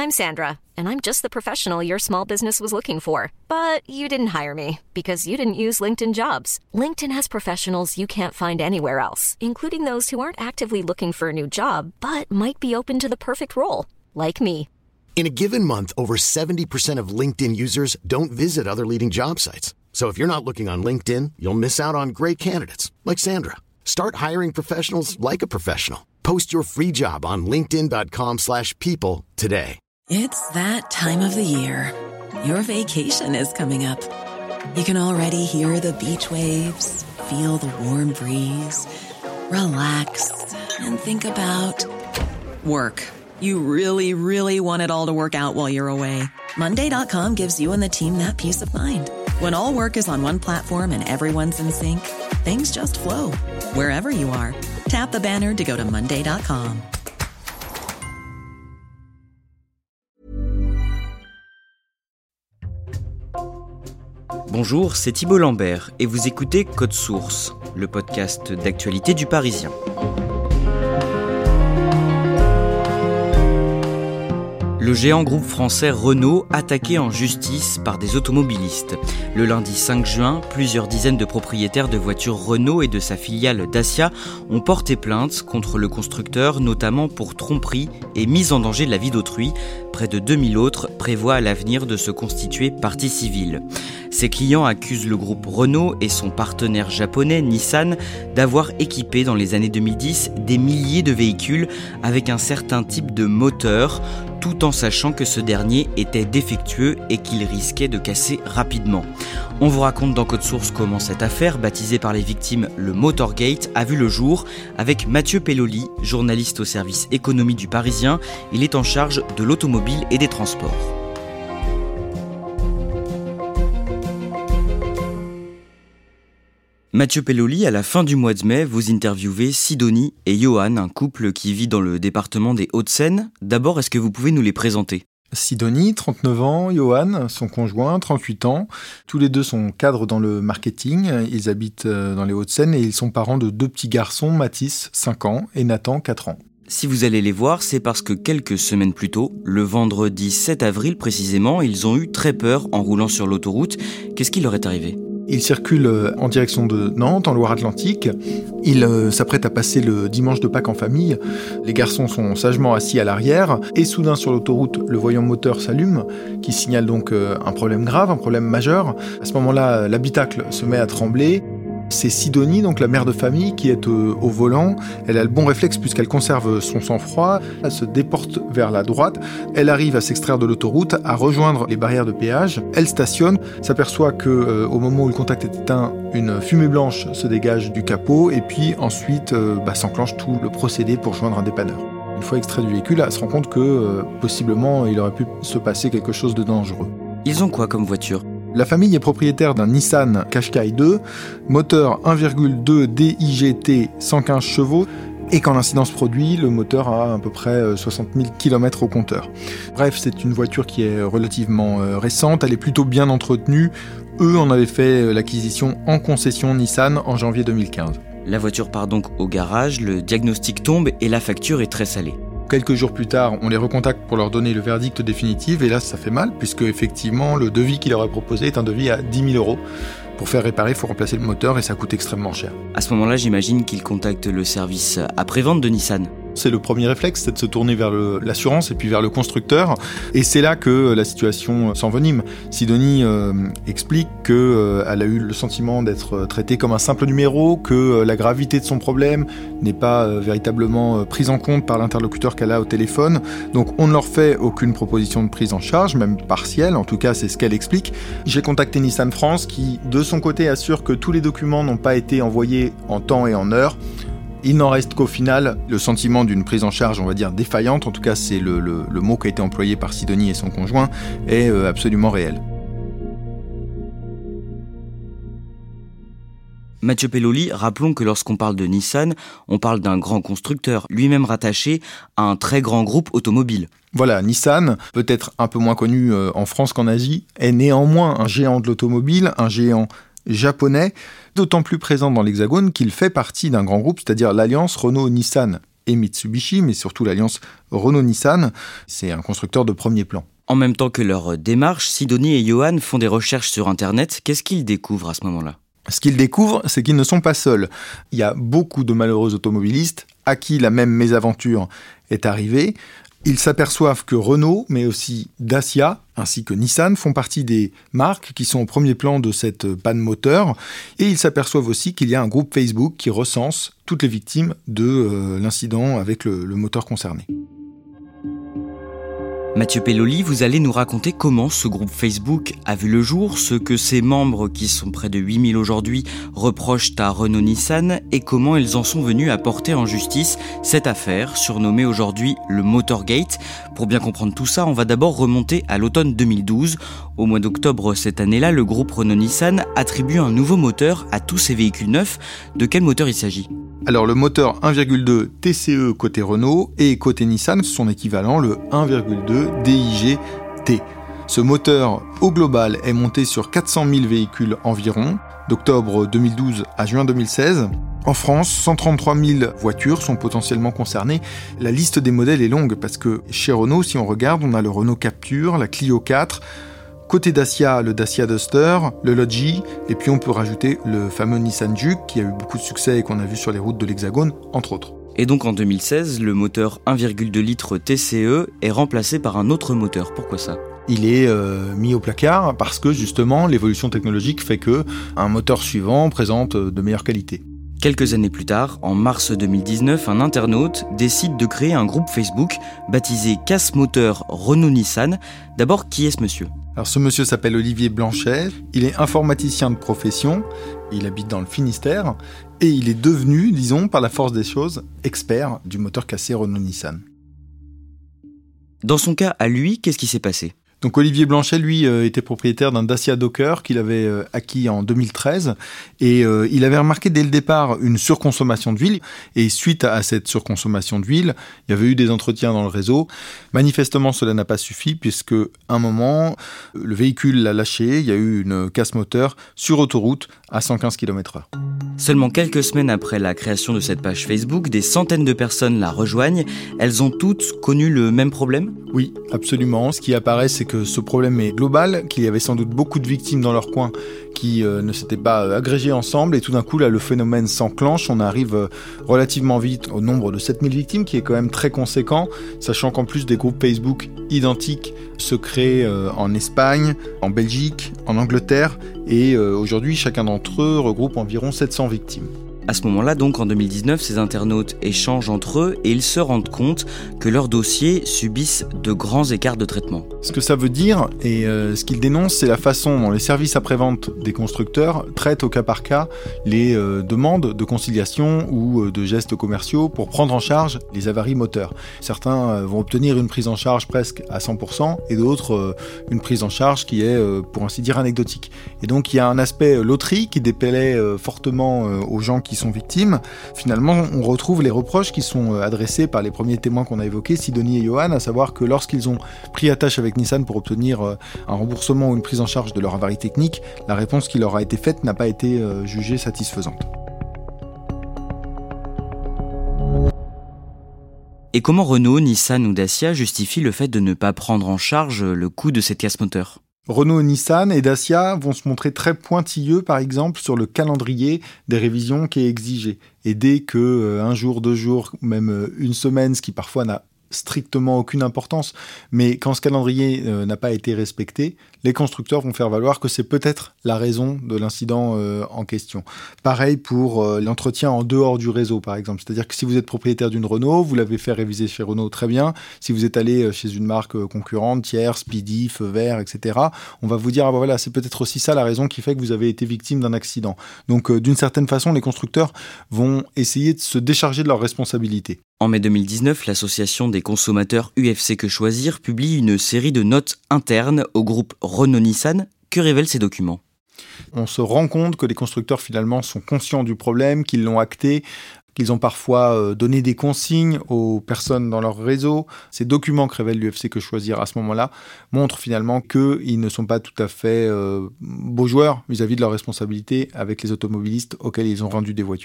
I'm Sandra, and I'm just the professional your small business was looking for. But you didn't hire me because you didn't use LinkedIn Jobs. LinkedIn has professionals you can't find anywhere else, including those who aren't actively looking for a new job, but might be open to the perfect role, like me. In a given month, over 70% of LinkedIn users don't visit other leading job sites. So if you're not looking on LinkedIn, you'll miss out on great candidates like Sandra. Start hiring professionals like a professional. Post your free job on linkedin.com/people today. It's that time of the year. Your vacation is coming up. You can already hear the beach waves, feel the warm breeze, relax, and think about work. You really, really want it all to work out while you're away. Monday.com gives you and the team that peace of mind. When all work is on one platform and everyone's in sync, things just flow. Wherever you are, tap the banner to go to Monday.com. Bonjour, c'est Thibault Lambert et vous écoutez Code Source, le podcast d'actualité du Parisien. Le géant groupe français Renault attaqué en justice par des automobilistes. Le lundi 5 juin, plusieurs dizaines de propriétaires de voitures Renault et de sa filiale Dacia ont porté plainte contre le constructeur, notamment pour tromperie et mise en danger de la vie d'autrui. Près de 2000 autres prévoient à l'avenir de se constituer partie civile. Ses clients accusent le groupe Renault et son partenaire japonais Nissan d'avoir équipé dans les années 2010 des milliers de véhicules avec un certain type de moteur, tout en sachant que ce dernier était défectueux et qu'il risquait de casser rapidement. On vous raconte dans Code Source comment cette affaire, baptisée par les victimes le Motorgate, a vu le jour avec Mathieu Pelloli, journaliste au service économie du Parisien. Il est en charge de l'automobile et des transports. Mathieu Pelloli, à la fin du mois de mai, vous interviewez Sidonie et Johan, un couple qui vit dans le département des Hauts-de-Seine. D'abord, est-ce que vous pouvez nous les présenter ? Sidonie, 39 ans, Johan, son conjoint, 38 ans. Tous les deux sont cadres dans le marketing. Ils habitent dans les Hauts-de-Seine et ils sont parents de deux petits garçons, Mathis, 5 ans, et Nathan, 4 ans. Si vous allez les voir, c'est parce que quelques semaines plus tôt, le vendredi 7 avril précisément, ils ont eu très peur en roulant sur l'autoroute. Qu'est-ce qui leur est arrivé ? Ils circulent en direction de Nantes, en Loire-Atlantique. Ils s'apprêtent à passer le dimanche de Pâques en famille. Les garçons sont sagement assis à l'arrière. Et soudain, sur l'autoroute, le voyant moteur s'allume, qui signale donc un problème grave, un problème majeur. À ce moment-là, l'habitacle se met à trembler. C'est Sidonie, donc la mère de famille, qui est au volant. Elle a le bon réflexe puisqu'elle conserve son sang-froid. Elle se déporte vers la droite. Elle arrive à s'extraire de l'autoroute, à rejoindre les barrières de péage. Elle stationne, s'aperçoit que au moment où le contact est éteint, une fumée blanche se dégage du capot et puis ensuite s'enclenche tout le procédé pour joindre un dépanneur. Une fois extrait du véhicule, elle se rend compte que possiblement il aurait pu se passer quelque chose de dangereux. Ils ont quoi comme voiture ? La famille est propriétaire d'un Nissan Qashqai 2, moteur 1,2 DIGT 115 chevaux, et quand l'incident se produit, le moteur a à peu près 60 000 km au compteur. Bref, c'est une voiture qui est relativement récente, elle est plutôt bien entretenue. Eux en avaient fait l'acquisition en concession Nissan en janvier 2015. La voiture part donc au garage, le diagnostic tombe et la facture est très salée. Quelques jours plus tard, on les recontacte pour leur donner le verdict définitif, et là ça fait mal, puisque effectivement le devis qu'il leur a proposé est un devis à 10 000 €. Pour faire réparer, il faut remplacer le moteur et ça coûte extrêmement cher. À ce moment-là, j'imagine qu'ils contactent le service après-vente de Nissan. C'est le premier réflexe, c'est de se tourner vers l'assurance et puis vers le constructeur. Et c'est là que la situation s'envenime. Sidonie explique qu'elle a eu le sentiment d'être traitée comme un simple numéro, que la gravité de son problème n'est pas véritablement prise en compte par l'interlocuteur qu'elle a au téléphone. Donc on ne leur fait aucune proposition de prise en charge, même partielle, en tout cas c'est ce qu'elle explique. J'ai contacté Nissan France qui, de son côté, assure que tous les documents n'ont pas été envoyés en temps et en heure. Il n'en reste qu'au final, le sentiment d'une prise en charge, on va dire, défaillante, en tout cas c'est le mot qui a été employé par Sidonie et son conjoint, est absolument réel. Mathieu Pelloli, rappelons que lorsqu'on parle de Nissan, on parle d'un grand constructeur, lui-même rattaché à un très grand groupe automobile. Voilà, Nissan, peut-être un peu moins connu en France qu'en Asie, est néanmoins un géant de l'automobile, un géant japonais, d'autant plus présent dans l'Hexagone qu'il fait partie d'un grand groupe, c'est-à-dire l'alliance Renault-Nissan et Mitsubishi, mais surtout l'alliance Renault-Nissan. C'est un constructeur de premier plan. En même temps que leur démarche, Sidonie et Johan font des recherches sur Internet. Qu'est-ce qu'ils découvrent à ce moment-là ? Ce qu'ils découvrent, c'est qu'ils ne sont pas seuls. Il y a beaucoup de malheureux automobilistes à qui la même mésaventure est arrivée. Ils s'aperçoivent que Renault, mais aussi Dacia, ainsi que Nissan, font partie des marques qui sont au premier plan de cette panne moteur. Et ils s'aperçoivent aussi qu'il y a un groupe Facebook qui recense toutes les victimes de l'incident avec le moteur concerné. Mathieu Pelloli, vous allez nous raconter comment ce groupe Facebook a vu le jour, ce que ses membres, qui sont près de 8000 aujourd'hui, reprochent à Renault-Nissan et comment ils en sont venus à porter en justice cette affaire, surnommée aujourd'hui le Motorgate. Pour bien comprendre tout ça, on va d'abord remonter à l'automne 2012. Au mois d'octobre cette année-là, le groupe Renault-Nissan attribue un nouveau moteur à tous ses véhicules neufs. De quel moteur il s'agit ? Alors le moteur 1,2 TCE côté Renault et côté Nissan, son équivalent, le 1,2 DIG-T. Ce moteur, au global, est monté sur 400 000 véhicules environ, d'octobre 2012 à juin 2016. En France, 133 000 voitures sont potentiellement concernées. La liste des modèles est longue parce que chez Renault, si on regarde, on a le Renault Captur, la Clio 4, côté Dacia, le Dacia Duster, le Logi, et puis on peut rajouter le fameux Nissan Juke qui a eu beaucoup de succès et qu'on a vu sur les routes de l'Hexagone, entre autres. Et donc en 2016, le moteur 1,2 litres TCE est remplacé par un autre moteur. Pourquoi ça ? Il est mis au placard parce que justement l'évolution technologique fait que un moteur suivant présente de meilleure qualité. Quelques années plus tard, en mars 2019, un internaute décide de créer un groupe Facebook baptisé Casse Moteur Renault-Nissan. D'abord, qui est ce monsieur ? Alors ce monsieur s'appelle Olivier Blanchet, il est informaticien de profession, il habite dans le Finistère et il est devenu, disons, par la force des choses, expert du moteur cassé Renault-Nissan. Dans son cas, à lui, qu'est-ce qui s'est passé ? Donc Olivier Blanchet, lui, était propriétaire d'un Dacia Docker qu'il avait acquis en 2013 et il avait remarqué dès le départ une surconsommation d'huile et suite à cette surconsommation d'huile, il y avait eu des entretiens dans le réseau. Manifestement, cela n'a pas suffi puisque à un moment, le véhicule l'a lâché, il y a eu une casse moteur sur autoroute à 115 km/h. Seulement quelques semaines après la création de cette page Facebook, des centaines de personnes la rejoignent. Elles ont toutes connu le même problème ? Oui, absolument. Ce qui apparaît, c'est que ce problème est global, qu'il y avait sans doute beaucoup de victimes dans leur coin qui ne s'étaient pas agrégées ensemble et tout d'un coup, là, le phénomène s'enclenche. On arrive relativement vite au nombre de 7000 victimes, qui est quand même très conséquent, sachant qu'en plus des groupes Facebook identiques se créent en Espagne, en Belgique, en Angleterre et aujourd'hui, chacun d'entre eux regroupe environ 700 victimes. À ce moment-là, donc en 2019, ces internautes échangent entre eux et ils se rendent compte que leurs dossiers subissent de grands écarts de traitement. Ce que ça veut dire, et ce qu'ils dénoncent, c'est la façon dont les services après-vente des constructeurs traitent au cas par cas les demandes de conciliation ou de gestes commerciaux pour prendre en charge les avaries moteurs. Certains vont obtenir une prise en charge presque à 100% et d'autres une prise en charge qui est, pour ainsi dire, anecdotique. Et donc il y a un aspect loterie qui déplaît fortement aux gens qui sont victimes. Finalement, on retrouve les reproches qui sont adressés par les premiers témoins qu'on a évoqués, Sidonie et Johan, à savoir que lorsqu'ils ont pris attache avec Nissan pour obtenir un remboursement ou une prise en charge de leur avarie technique, la réponse qui leur a été faite n'a pas été jugée satisfaisante. Et comment Renault, Nissan ou Dacia justifient le fait de ne pas prendre en charge le coût de cette casse moteur ? Renault, Nissan et Dacia vont se montrer très pointilleux, par exemple, sur le calendrier des révisions qui est exigé. Et dès que un jour, 2 jours, même une semaine, ce qui parfois n'a strictement aucune importance, mais quand ce calendrier n'a pas été respecté, les constructeurs vont faire valoir que c'est peut-être la raison de l'incident en question. Pareil pour l'entretien en dehors du réseau, par exemple. C'est-à-dire que si vous êtes propriétaire d'une Renault, vous l'avez fait réviser chez Renault, très bien. Si vous êtes allé chez une marque concurrente, Tiers, Speedy, Feu Vert, etc., on va vous dire, ah ben voilà, c'est peut-être aussi ça la raison qui fait que vous avez été victime d'un accident. Donc, d'une certaine façon, les constructeurs vont essayer de se décharger de leurs responsabilités. En mai 2019, l'association des consommateurs UFC Que Choisir publie une série de notes internes au groupe Renault-Nissan. Que révèlent ces documents ? On se rend compte que les constructeurs finalement sont conscients du problème, qu'ils l'ont acté, qu'ils ont parfois donné des consignes aux personnes dans leur réseau. Ces documents que révèle l'UFC Que Choisir à ce moment-là montrent finalement qu'ils ne sont pas tout à fait beaux joueurs vis-à-vis de leurs responsabilités avec les automobilistes auxquels ils ont rendu des voitures.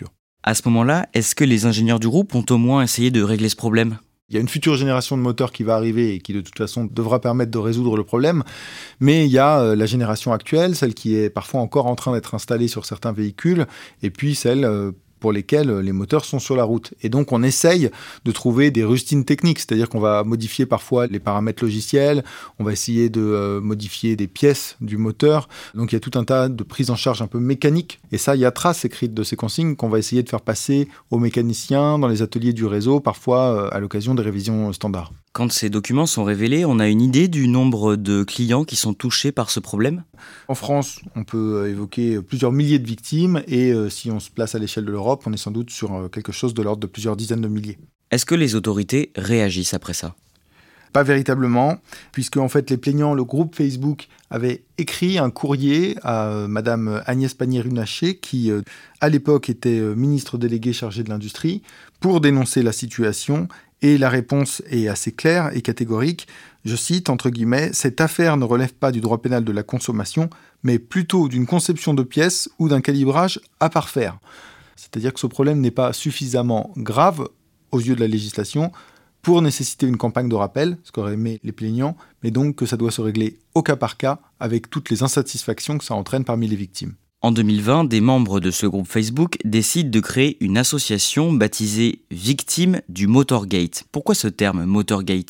À ce moment-là, est-ce que les ingénieurs du groupe ont au moins essayé de régler ce problème ? Il y a une future génération de moteurs qui va arriver et qui de toute façon devra permettre de résoudre le problème. Mais il y a la génération actuelle, celle qui est parfois encore en train d'être installée sur certains véhicules, et puis celle pour lesquels les moteurs sont sur la route. Et donc on essaye de trouver des rustines techniques, c'est-à-dire qu'on va modifier parfois les paramètres logiciels, on va essayer de modifier des pièces du moteur. Donc il y a tout un tas de prises en charge un peu mécaniques. Et ça, il y a trace écrite de ces consignes qu'on va essayer de faire passer aux mécaniciens dans les ateliers du réseau, parfois à l'occasion des révisions standards. Quand ces documents sont révélés, on a une idée du nombre de clients qui sont touchés par ce problème ? En France, on peut évoquer plusieurs milliers de victimes et si on se place à l'échelle de l'Europe, on est sans doute sur quelque chose de l'ordre de plusieurs dizaines de milliers. Est-ce que les autorités réagissent après ça ? Pas véritablement, puisque en fait les plaignants, le groupe Facebook avait écrit un courrier à Madame Agnès Pannier-Runacher, qui à l'époque était ministre déléguée chargée de l'industrie, pour dénoncer la situation. Et la réponse est assez claire et catégorique. Je cite, entre guillemets, « Cette affaire ne relève pas du droit pénal de la consommation, mais plutôt d'une conception de pièces ou d'un calibrage à parfaire. » C'est-à-dire que ce problème n'est pas suffisamment grave aux yeux de la législation pour nécessiter une campagne de rappel, ce qu'auraient aimé les plaignants, mais donc que ça doit se régler au cas par cas avec toutes les insatisfactions que ça entraîne parmi les victimes. En 2020, des membres de ce groupe Facebook décident de créer une association baptisée « Victimes du Motorgate ». Pourquoi ce terme « Motorgate » ?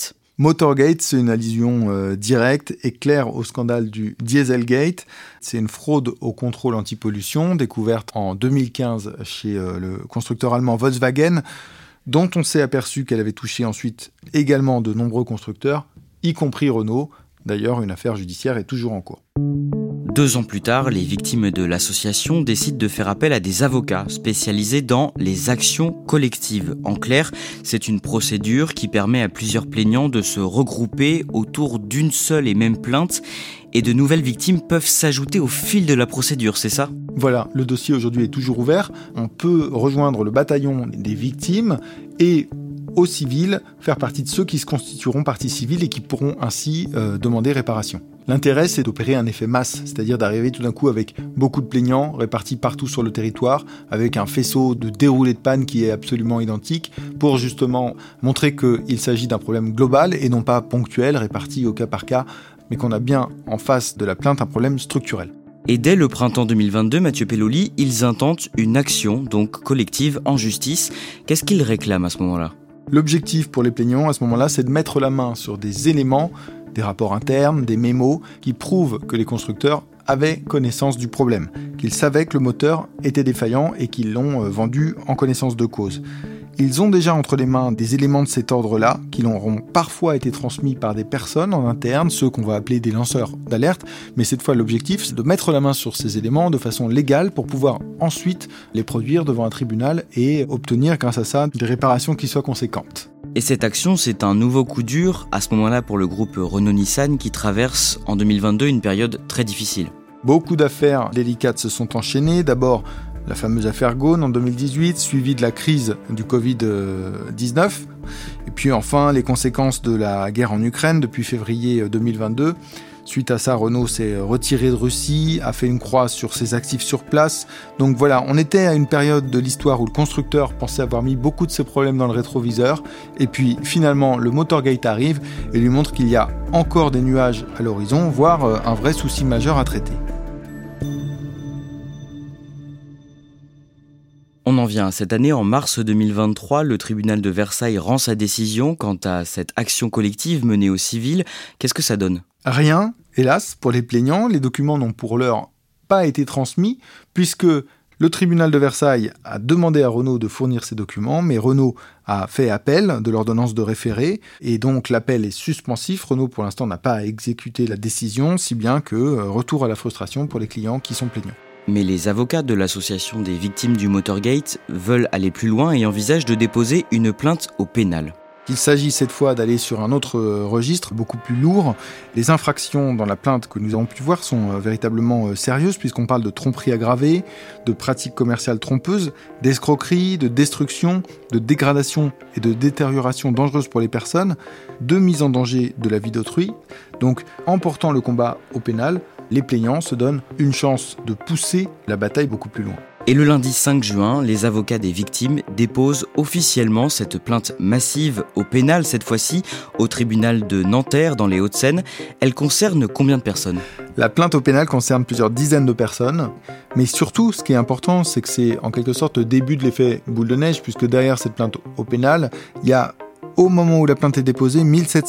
Motorgate, c'est une allusion directe et claire au scandale du Dieselgate. C'est une fraude au contrôle anti-pollution découverte en 2015 chez le constructeur allemand Volkswagen, dont on s'est aperçu qu'elle avait touché ensuite également de nombreux constructeurs, y compris Renault. D'ailleurs, une affaire judiciaire est toujours en cours. 2 ans plus tard, les victimes de l'association décident de faire appel à des avocats spécialisés dans les actions collectives. En clair, c'est une procédure qui permet à plusieurs plaignants de se regrouper autour d'une seule et même plainte, et de nouvelles victimes peuvent s'ajouter au fil de la procédure, c'est ça ? Voilà, le dossier aujourd'hui est toujours ouvert. On peut rejoindre le bataillon des victimes et au civil, faire partie de ceux qui se constitueront partie civile et qui pourront ainsi demander réparation. L'intérêt, c'est d'opérer un effet masse, c'est-à-dire d'arriver tout d'un coup avec beaucoup de plaignants répartis partout sur le territoire, avec un faisceau de déroulé de panne qui est absolument identique, pour justement montrer qu'il s'agit d'un problème global et non pas ponctuel, réparti au cas par cas, mais qu'on a bien en face de la plainte un problème structurel. Et dès le printemps 2022, Mathieu Pelloli, ils intentent une action, donc collective, en justice. Qu'est-ce qu'ils réclament à ce moment-là ? L'objectif pour les plaignants à ce moment-là, c'est de mettre la main sur des éléments, des rapports internes, des mémos, qui prouvent que les constructeurs avaient connaissance du problème, qu'ils savaient que le moteur était défaillant et qu'ils l'ont vendu en connaissance de cause. Ils ont déjà entre les mains des éléments de cet ordre-là, qui leur auront parfois été transmis par des personnes en interne, ceux qu'on va appeler des lanceurs d'alerte, mais cette fois l'objectif c'est de mettre la main sur ces éléments de façon légale pour pouvoir ensuite les produire devant un tribunal et obtenir grâce à ça des réparations qui soient conséquentes. Et cette action, c'est un nouveau coup dur, à ce moment-là pour le groupe Renault-Nissan qui traverse en 2022 une période très difficile. Beaucoup d'affaires délicates se sont enchaînées. D'abord, la fameuse affaire Ghosn en 2018, suivie de la crise du Covid-19. Et puis enfin, les conséquences de la guerre en Ukraine depuis février 2022. Suite à ça, Renault s'est retiré de Russie, a fait une croix sur ses actifs sur place. Donc voilà, on était à une période de l'histoire où le constructeur pensait avoir mis beaucoup de ses problèmes dans le rétroviseur. Et puis finalement, le Motorgate arrive et lui montre qu'il y a encore des nuages à l'horizon, voire un vrai souci majeur à traiter. On en vient à cette année, en mars 2023, le tribunal de Versailles rend sa décision quant à cette action collective menée au civil. Qu'est-ce que ça donne ? Rien, hélas, pour les plaignants. Les documents n'ont pour l'heure pas été transmis, puisque le tribunal de Versailles a demandé à Renault de fournir ces documents, mais Renault a fait appel de l'ordonnance de référé, et donc l'appel est suspensif. Renault, pour l'instant, n'a pas exécuté la décision, si bien que retour à la frustration pour les clients qui sont plaignants. Mais les avocats de l'association des victimes du Motorgate veulent aller plus loin et envisagent de déposer une plainte au pénal. Il s'agit cette fois d'aller sur un autre registre, beaucoup plus lourd. Les infractions dans la plainte que nous avons pu voir sont véritablement sérieuses, puisqu'on parle de tromperie aggravée, de pratiques commerciales trompeuses, d'escroquerie, de destruction, de dégradation et de détérioration dangereuse pour les personnes, de mise en danger de la vie d'autrui. Donc, en portant le combat au pénal, les plaignants se donnent une chance de pousser la bataille beaucoup plus loin. Et le lundi 5 juin, les avocats des victimes déposent officiellement cette plainte massive au pénal, cette fois-ci au tribunal de Nanterre dans les Hauts-de-Seine. Elle concerne combien de personnes ? La plainte au pénal concerne plusieurs dizaines de personnes, mais surtout, ce qui est important, c'est que c'est en quelque sorte le début de l'effet boule de neige, puisque derrière cette plainte au pénal, il y a, au moment où la plainte est déposée,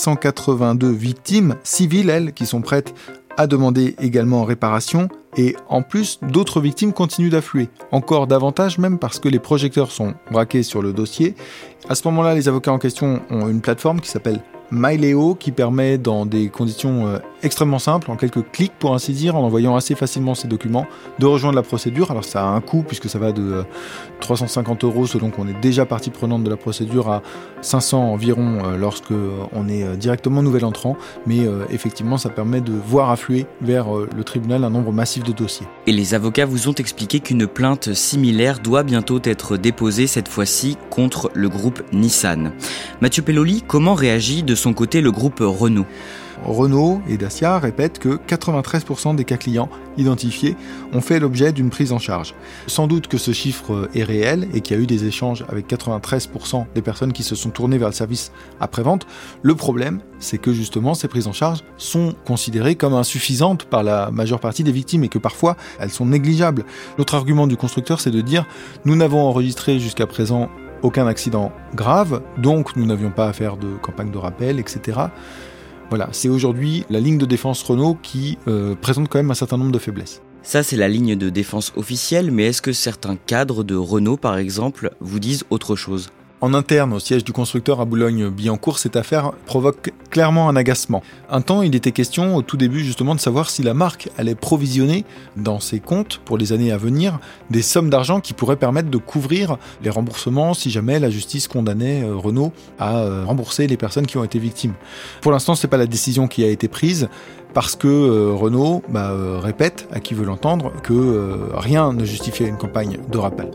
1782 victimes civiles, elles, qui sont prêtes à demander également réparation, et en plus, d'autres victimes continuent d'affluer, encore davantage même parce que les projecteurs sont braqués sur le dossier. À ce moment-là, les avocats en question ont une plateforme qui s'appelle MyLeo, qui permet, dans des conditions extrêmement simples, en quelques clics pour ainsi dire, en envoyant assez facilement ces documents, de rejoindre la procédure. Alors ça a un coût, puisque ça va de 350 € selon qu'on est déjà partie prenante de la procédure, à 500 environ lorsque on est directement nouvel entrant, mais effectivement ça permet de voir affluer vers le tribunal un nombre massif de dossiers. Et les avocats vous ont expliqué qu'une plainte similaire doit bientôt être déposée, cette fois-ci contre le groupe Nissan. Mathieu Pelloli, comment réagit de son côté le groupe Renault ? Renault et Dacia répètent que 93% des cas clients identifiés ont fait l'objet d'une prise en charge. Sans doute que ce chiffre est réel et qu'il y a eu des échanges avec 93% des personnes qui se sont tournées vers le service après-vente. Le problème, c'est que justement ces prises en charge sont considérées comme insuffisantes par la majeure partie des victimes et que parfois elles sont négligeables. L'autre argument du constructeur, c'est de dire « nous n'avons enregistré jusqu'à présent aucun accident grave, donc nous n'avions pas à faire de campagne de rappel, etc. » Voilà, c'est aujourd'hui la ligne de défense Renault qui présente quand même un certain nombre de faiblesses. Ça, c'est la ligne de défense officielle, mais est-ce que certains cadres de Renault, par exemple, vous disent autre chose ? En interne, au siège du constructeur à Boulogne-Billancourt, cette affaire provoque clairement un agacement. Un temps, il était question, au tout début justement, de savoir si la marque allait provisionner dans ses comptes, pour les années à venir, des sommes d'argent qui pourraient permettre de couvrir les remboursements si jamais la justice condamnait Renault à rembourser les personnes qui ont été victimes. Pour l'instant, c'est pas la décision qui a été prise, parce que Renault répète, à qui veut l'entendre, que rien ne justifiait une campagne de rappel.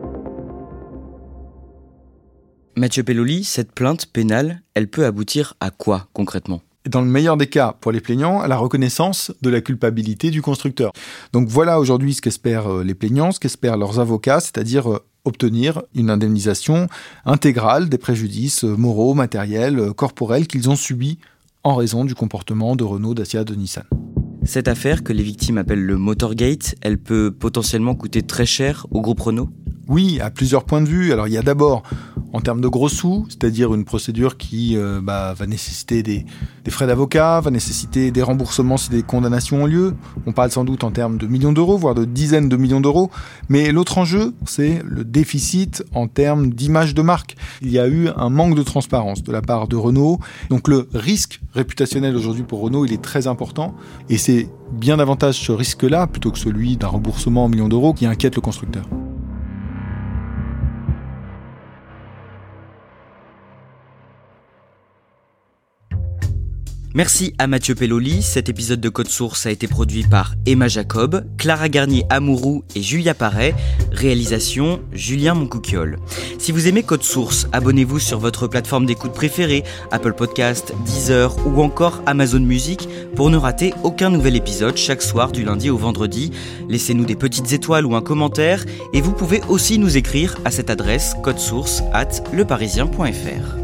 Mathieu Pelloli, cette plainte pénale, elle peut aboutir à quoi concrètement ? Dans le meilleur des cas, pour les plaignants, à la reconnaissance de la culpabilité du constructeur. Donc voilà aujourd'hui ce qu'espèrent les plaignants, ce qu'espèrent leurs avocats, c'est-à-dire obtenir une indemnisation intégrale des préjudices moraux, matériels, corporels qu'ils ont subis en raison du comportement de Renault, Dacia, de Nissan. Cette affaire, que les victimes appellent le Motorgate, elle peut potentiellement coûter très cher au groupe Renault ? Oui, à plusieurs points de vue. Alors il y a d'abord, en termes de gros sous, c'est-à-dire une procédure qui va nécessiter des frais d'avocat, va nécessiter des remboursements si des condamnations ont lieu. On parle sans doute en termes de millions d'euros, voire de dizaines de millions d'euros. Mais l'autre enjeu, c'est le déficit en termes d'image de marque. Il y a eu un manque de transparence de la part de Renault. Donc le risque réputationnel aujourd'hui pour Renault, il est très important. Et c'est bien davantage ce risque-là, plutôt que celui d'un remboursement en millions d'euros, qui inquiète le constructeur. Merci à Mathieu Pelloli. Cet épisode de Code Source a été produit par Emma Jacob, Clara Garnier-Amouroux et Julia Paré. Réalisation, Julien Moncouquiol. Si vous aimez Code Source, abonnez-vous sur votre plateforme d'écoute préférée, Apple Podcast, Deezer ou encore Amazon Music, pour ne rater aucun nouvel épisode chaque soir du lundi au vendredi. Laissez-nous des petites étoiles ou un commentaire et vous pouvez aussi nous écrire à cette adresse codesource@leparisien.fr.